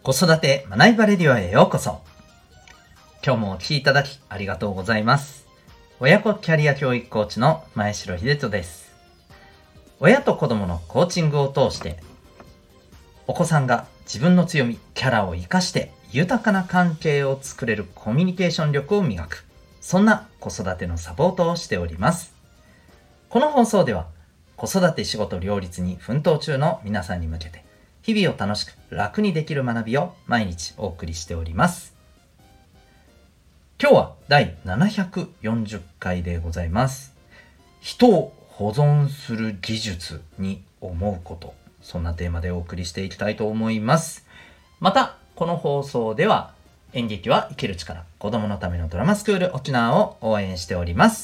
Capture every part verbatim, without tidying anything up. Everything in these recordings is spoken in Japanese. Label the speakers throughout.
Speaker 1: 子育て学びバレディオへようこそ。今日もお聞きいただきありがとうございます。親子キャリア教育コーチの前城秀人です。親と子供のコーチングを通してお子さんが自分の強み、キャラを生かして豊かな関係を作れるコミュニケーション力を磨く、そんな子育てのサポートをしております。この放送では子育て仕事両立に奮闘中の皆さんに向けて日々を楽しく楽にできる学びを毎日お送りしております。今日はだいななひゃくよんじゅっかいでございます。人を保存する技術に思うこと、そんなテーマでお送りしていきたいと思います。またこの放送では演劇は生きる力、子供のためのドラマスクール沖縄を応援しております。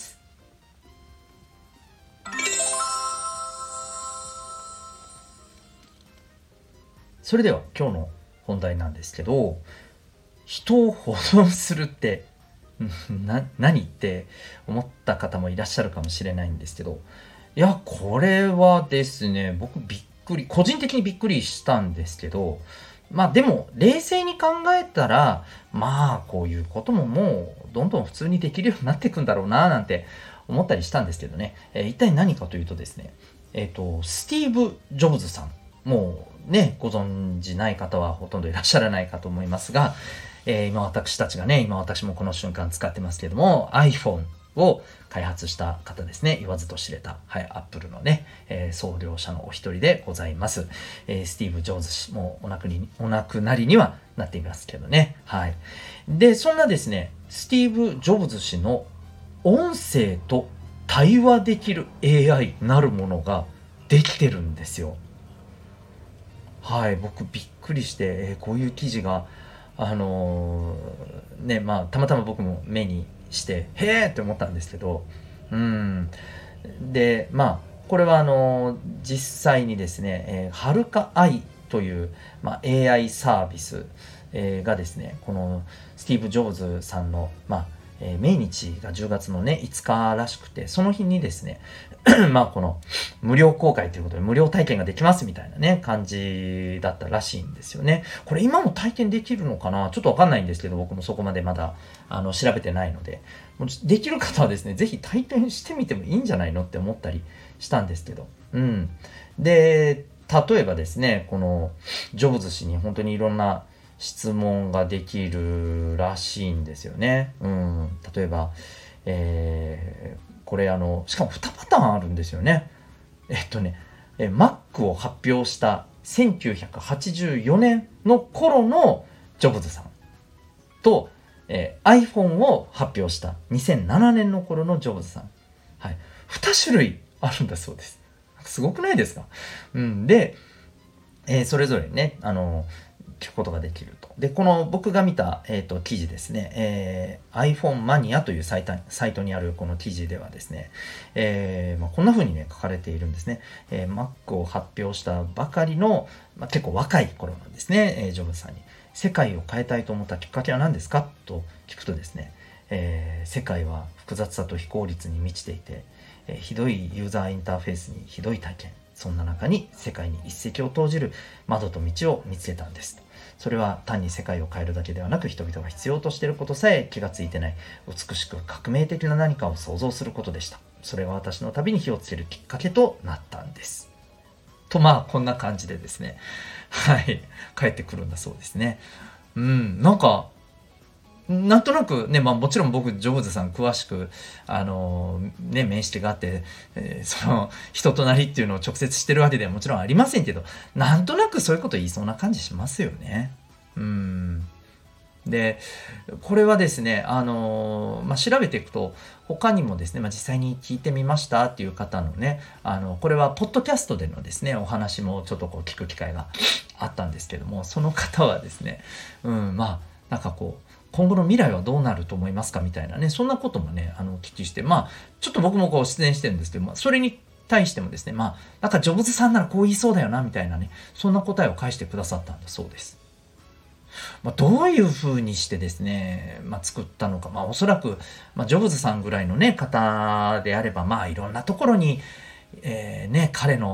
Speaker 1: それでは今日の本題なんですけど、人を保存するってな何って思った方もいらっしゃるかもしれないんですけど、いやこれはですね、僕びっくり個人的にびっくりしたんですけど、まあでも冷静に考えたら、まあこういうことももうどんどん普通にできるようになっていくんだろうななんて思ったりしたんですけどね、えー、一体何かというとですね、えっとスティーブ・ジョブズさん、もうねご存じない方はほとんどいらっしゃらないかと思いますが、えー、今私たちがね今私もこの瞬間使ってますけども iPhone を開発した方ですね。言わずと知れた、はい、Apple のね、えー、創業者のお一人でございます、えー、スティーブ・ジョブズ氏、もうお亡くにお亡くなりにはなっていますけどね。はい。でそんなですねスティーブ・ジョブズ氏の音声と対話できる エーアイ なるものができてるんですよ。はい、僕びっくりして、えー、こういう記事があのー、ねまあたまたま僕も目にしてへーって思ったんですけど、うんでまあこれはあのー、実際にですね、えー、はるかアイという、まあ、エーアイ サービス、えー、がですね、このスティーブ・ジョブズさんのまあえー、命日がじゅうがつのねいつからしくて、その日にですねまあこの無料公開ということで無料体験ができますみたいなね感じだったらしいんですよね。これ今も体験できるのかな、ちょっとわかんないんですけど、僕もそこまでまだあの調べてないので、もうできる方はですねぜひ体験してみてもいいんじゃないのって思ったりしたんですけど、うんで例えばですね、このジョブズ氏に本当にいろんな質問ができるらしいんですよね。うん、例えば、えー、これあのしかもにパターンあるんですよね。えっとね、え Mac を発表したせんきゅうひゃくはちじゅうよねんの頃のジョブズさんと、えー、iPhone を発表したにせんななねんの頃のジョブズさん、はい、に種類あるんだそうです。すごくないですか？うん、で、えー、それぞれねあの聞くことができると。でこの僕が見た、えー、と記事ですね、えー、iPhone マニアというサイト、サイトにあるこの記事ではですね、えーまあ、こんな風にね書かれているんですね。えー、Mac を発表したばかりの、まあ、結構若い頃なんですね、えー、ジョブズさんに世界を変えたいと思ったきっかけは何ですかと聞くとですね、えー、世界は複雑さと非効率に満ちていて、えー、ひどいユーザーインターフェースにひどい体験、そんな中に世界に一石を投じる窓と道を見つけたんです。それは単に世界を変えるだけではなく、人々が必要としていることさえ気がついてない美しく革命的な何かを創造することでした。それが私の旅に火をつけるきっかけとなったんです。とまあこんな感じでですね、はい帰ってくるんだそうですね。うんなんかなんとなくね、まあもちろん僕ジョブズさん詳しくあのー、ね面識があって、えー、その人となりっていうのを直接知ってるわけではもちろんありませんけど、なんとなくそういうこと言いそうな感じしますよね。うんでこれはですねあのー、まあ調べていくと他にもですね、まあ、実際に聞いてみましたっていう方のね、あのこれはポッドキャストでのですねお話もちょっとこう聞く機会があったんですけども、その方はですね、うんまあなんかこう今後の未来はどうなると思いますかみたいなね、そんなこともねあのお聞きして、まあちょっと僕もこう出演してるんですけど、まあ、それに対してもですね、まあなんかジョブズさんならこう言いそうだよなみたいなね、そんな答えを返してくださったんだそうです。まあ、どういうふうにしてですね、まあ、作ったのか、まあ、おそらく、まあ、ジョブズさんぐらいのね方であれば、まあいろんなところに、えー、ね彼のあ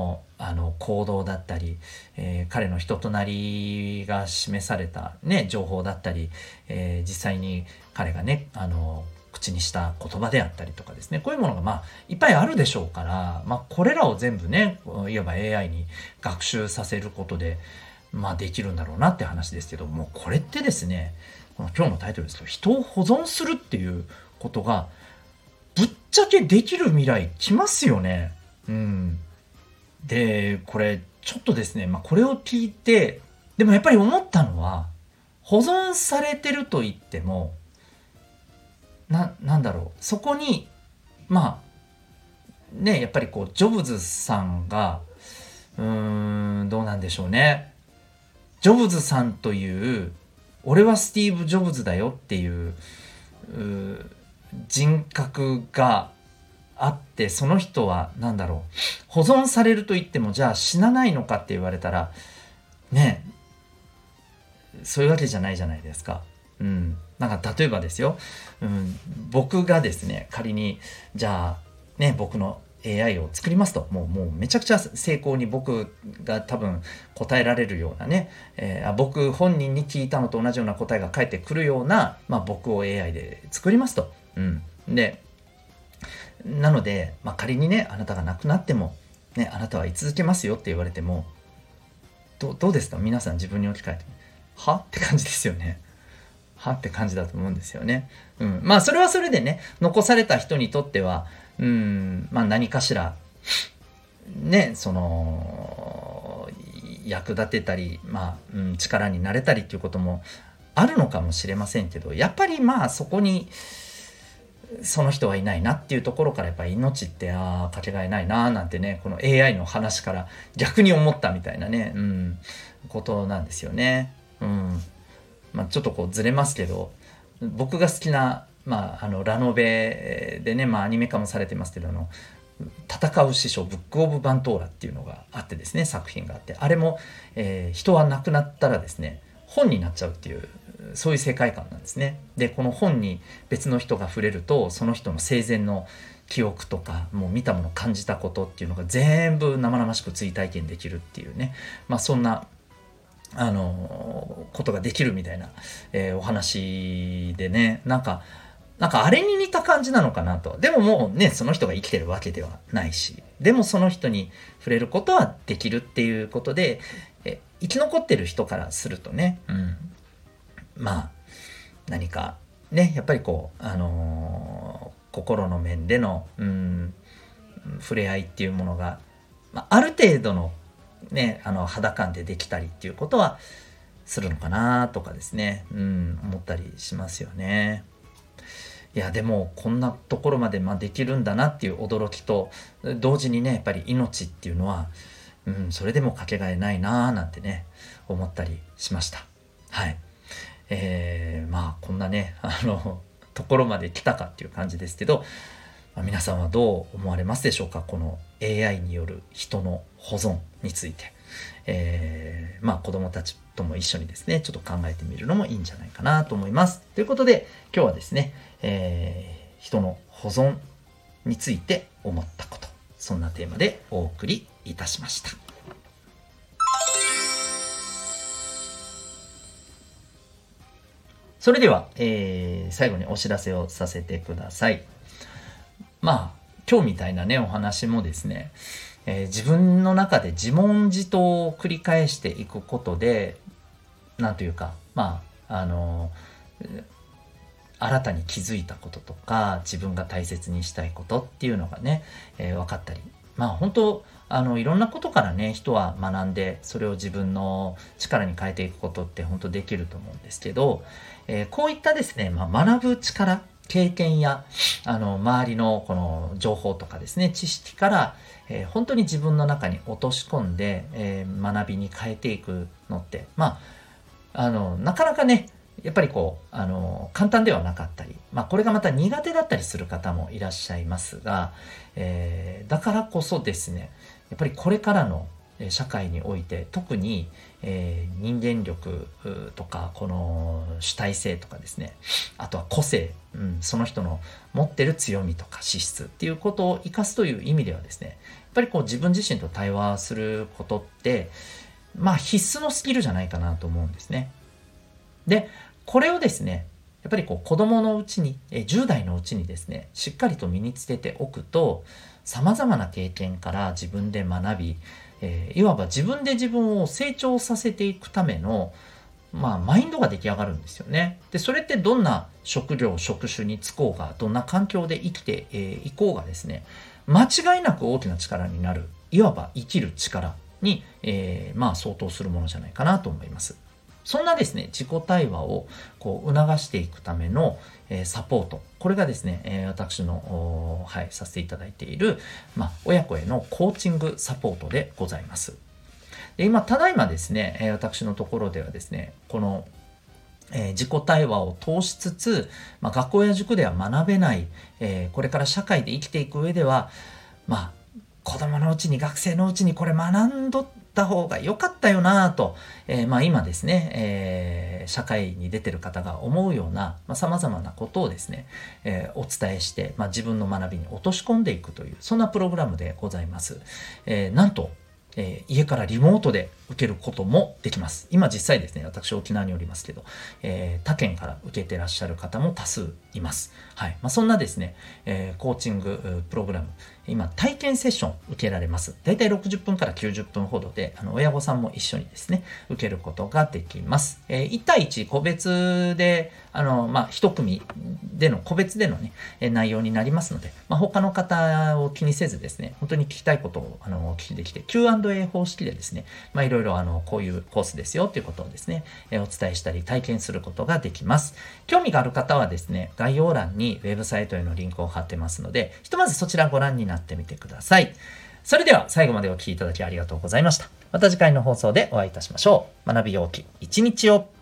Speaker 1: あの行動だったり、えー彼の人となりが示された、ね、情報だったり、えー実際に彼がねあの口にした言葉であったりとかですね、こういうものがまあいっぱいあるでしょうから、まあ、これらを全部ねいわば エーアイ に学習させることで、まあ、できるんだろうなって話ですけども、これってですね、この今日のタイトルですと、人を保存するっていうことがぶっちゃけできる未来来ますよね。うん。で、これちょっとですね、まあ、これを聞いて、でもやっぱり思ったのは、保存されてると言っても、な、なんだろう、そこに、まあ、ね、やっぱりこう、ジョブズさんが、うーん、どうなんでしょうね。ジョブズさんという、俺はスティーブ・ジョブズだよっていう、うー人格があって、その人はなんだろう、保存されると言ってもじゃあ死なないのかって言われたらね、そういうわけじゃないじゃないですか。うん、なんか例えばですよ、うん、僕がですね仮にじゃあね僕の エーアイ を作りますと、もうもうめちゃくちゃ成功に僕が多分答えられるようなね、えー、あ僕本人に聞いたのと同じような答えが返ってくるような、まあ、僕を エーアイ で作りますと。うん、でなので、まあ、仮にねあなたが亡くなっても、ね、あなたは居続けますよって言われても、どどうですか皆さん、自分に置き換えてはって感じですよね。はって感じだと思うんですよね。うん、まあそれはそれでね、残された人にとっては、うん、まあ何かしらね、その役立てたり、まあ、うん、力になれたりっていうこともあるのかもしれませんけど、やっぱりまあそこにその人はいないなっていうところから、やっぱり命ってああかけがえないななんてね、この エーアイ の話から逆に思ったみたいなね、うん、ことなんですよね。うん、まあ、ちょっとこうずれますけど、僕が好きな、まあ、あのラノベでね、まあ、アニメ化もされてますけど、あの戦う師匠ブック・オブ・バントーラっていうのがあってですね、作品があって、あれも、えー人は亡くなったらですね本になっちゃうっていう、そういう世界観なんですね。でこの本に別の人が触れると、その人の生前の記憶とか、もう見たもの感じたことっていうのが全部生々しく追体験できるっていうね、まあそんなあのことができるみたいな、えーお話でね、なんかなんかあれに似た感じなのかなと。でももうねその人が生きてるわけではないし、でもその人に触れることはできるっていうことで、え生き残ってる人からするとね、うん、まあ何かねやっぱりこうあのー心の面での、うん、触れ合いっていうものが、まあ、ある程度のねあの肌感でできたりっていうことはするのかなとかですね、うん、思ったりしますよね。いやでもこんなところまでまあできるんだなっていう驚きと同時にね、やっぱり命っていうのは、うん、それでもかけがえないなーなんてね思ったりしました。はい。えー、まあこんなねあのところまで来たかっていう感じですけど、まあ皆さんはどう思われますでしょうか、この エーアイ による人の保存について。えー、まあ子供たちとも一緒にですねちょっと考えてみるのもいいんじゃないかなと思います。ということで今日はですね、えー、人の保存について思ったこと、そんなテーマでお送りいたしました。それでは、えー、最後にお知らせをさせてください。まあ今日みたいなねお話もですね、えー自分の中で自問自答を繰り返していくことで、なんというかまああの新たに気づいたこととか自分が大切にしたいことっていうのがね、えー分かったり、まあ本当あのいろんなことからね人は学んで、それを自分の力に変えていくことって本当できると思うんですけど、えーこういったですね、まあ、学ぶ力、経験やあの周りのこの情報とかですね知識から、えー本当に自分の中に落とし込んで、えー学びに変えていくのってまああのなかなかねやっぱりこうあの簡単ではなかったり、まあ、これがまた苦手だったりする方もいらっしゃいますが、えーだからこそですねやっぱりこれからのえー社会において特に、えー人間力うーとかこの主体性とかですね、あとは個性、うん、その人の持ってる強みとか資質っていうことを生かすという意味ではですね、やっぱりこう自分自身と対話することってまあ必須のスキルじゃないかなと思うんですね。でこれをですねやっぱりこう子供のうちにえじゅう代のうちにですねしっかりと身につけておくと、さまざまな経験から自分で学び、えーいわば自分で自分を成長させていくためのまあ、マインドが出来上がるんですよね。で、それってどんな職業、職種に就こうが、どんな環境で生きてい、えー、こうがですね、間違いなく大きな力になる、いわば生きる力に、えーまあ、相当するものじゃないかなと思います。そんなですね、自己対話をこう促していくための、えーサポート。これがですね、えー私の、おはい、させていただいている、まあ、親子へのコーチングサポートでございます。で今、ただいまですね、えー私のところではですね、この、えー自己対話を通しつつ、まあ、学校や塾では学べない、えーこれから社会で生きていく上では、まあ、子供のうちに、学生のうちにこれ学んどった方が良かったよなと、えーまあ、今ですね、えー社会に出てる方が思うような、まあ、様々なことをですね、えーお伝えして、まあ、自分の学びに落とし込んでいくという、そんなプログラムでございます。えーなんと、えー家からリモートで受けることもできます。今実際ですね、私沖縄におりますけど、えー他県から受けてらっしゃる方も多数います。はい。まあ、そんなですね、えーコーチングプログラム、今体験セッション受けられます。だいたいろくじゅっぷんからきゅうじゅっぷんほどで、あの親御さんも一緒にですね、受けることができます。えーいち対いち個別で、あの、まあ、一組での個別でのね、えー内容になりますので、まあ、他の方を気にせずですね、本当に聞きたいことをあのお聞きできて、キューアンドエー 方式でですね、まあ、いろいろあの、こういうコースですよということをですね、えーお伝えしたり体験することができます。興味がある方はですね、概要欄にウェブサイトへのリンクを貼ってますので、ひとまずそちらご覧になってみてください。それでは最後までお聞きいただきありがとうございました。また次回の放送でお会いいたしましょう。学びようき一日を。